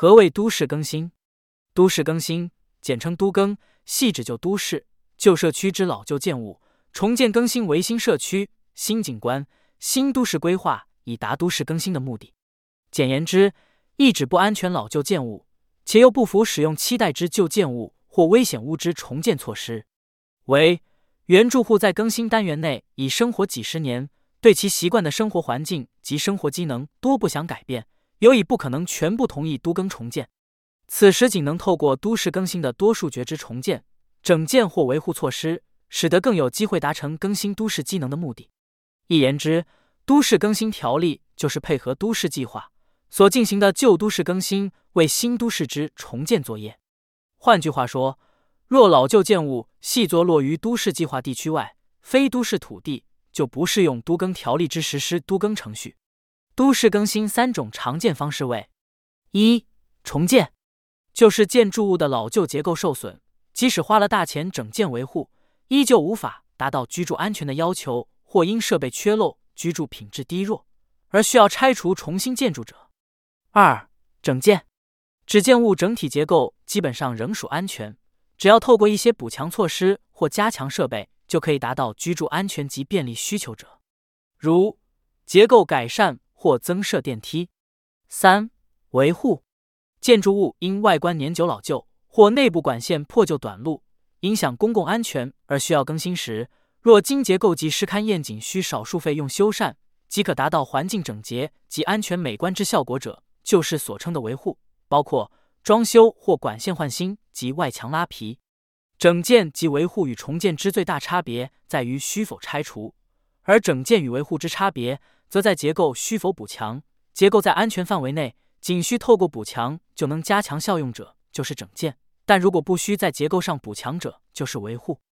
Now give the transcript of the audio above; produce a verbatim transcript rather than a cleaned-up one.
何谓都市更新？都市更新简称都更，系指就都市、旧社区之老旧建物，重建更新为新社区、新景观、新都市规划，以达都市更新的目的。简言之，意指不安全老旧建物，且又不符使用期待之旧建物或危险物之重建措施。为原住户在更新单元内已生活几十年，对其习惯的生活环境及生活机能多不想改变，尤已不可能全部同意都更重建。此时仅能透过都市更新的多数决之重建、整建或维护措施，使得更有机会达成更新都市机能的目的。一言之，都市更新条例就是配合都市计划所进行的旧都市更新为新都市之重建作业。换句话说，若老旧建物系坐落于都市计划地区外，非都市土地，就不适用都更条例之实施都更程序。都市更新三种常见方式为：一、重建，就是建筑物的老旧结构受损，即使花了大钱整建维护，依旧无法达到居住安全的要求，或因设备缺漏、居住品质低弱，而需要拆除重新建筑者。二、整建，指建物整体结构基本上仍属安全，只要透过一些补强措施或加强设备，就可以达到居住安全及便利需求者，如结构改善或增设电梯。三、维护，建筑物因外观年久老旧或内部管线破旧短路，影响公共安全而需要更新时，若经结构及施勘验仅需少数费用修缮，即可达到环境整洁及安全美观之效果者，就是所称的维护，包括装修或管线换新及外墙拉皮。整建及维护与重建之最大差别在于需否拆除，而整建与维护之差别则在结构需否补强。结构在安全范围内，仅需透过补强就能加强效用者，就是整建；但如果不需在结构上补强者，就是维护。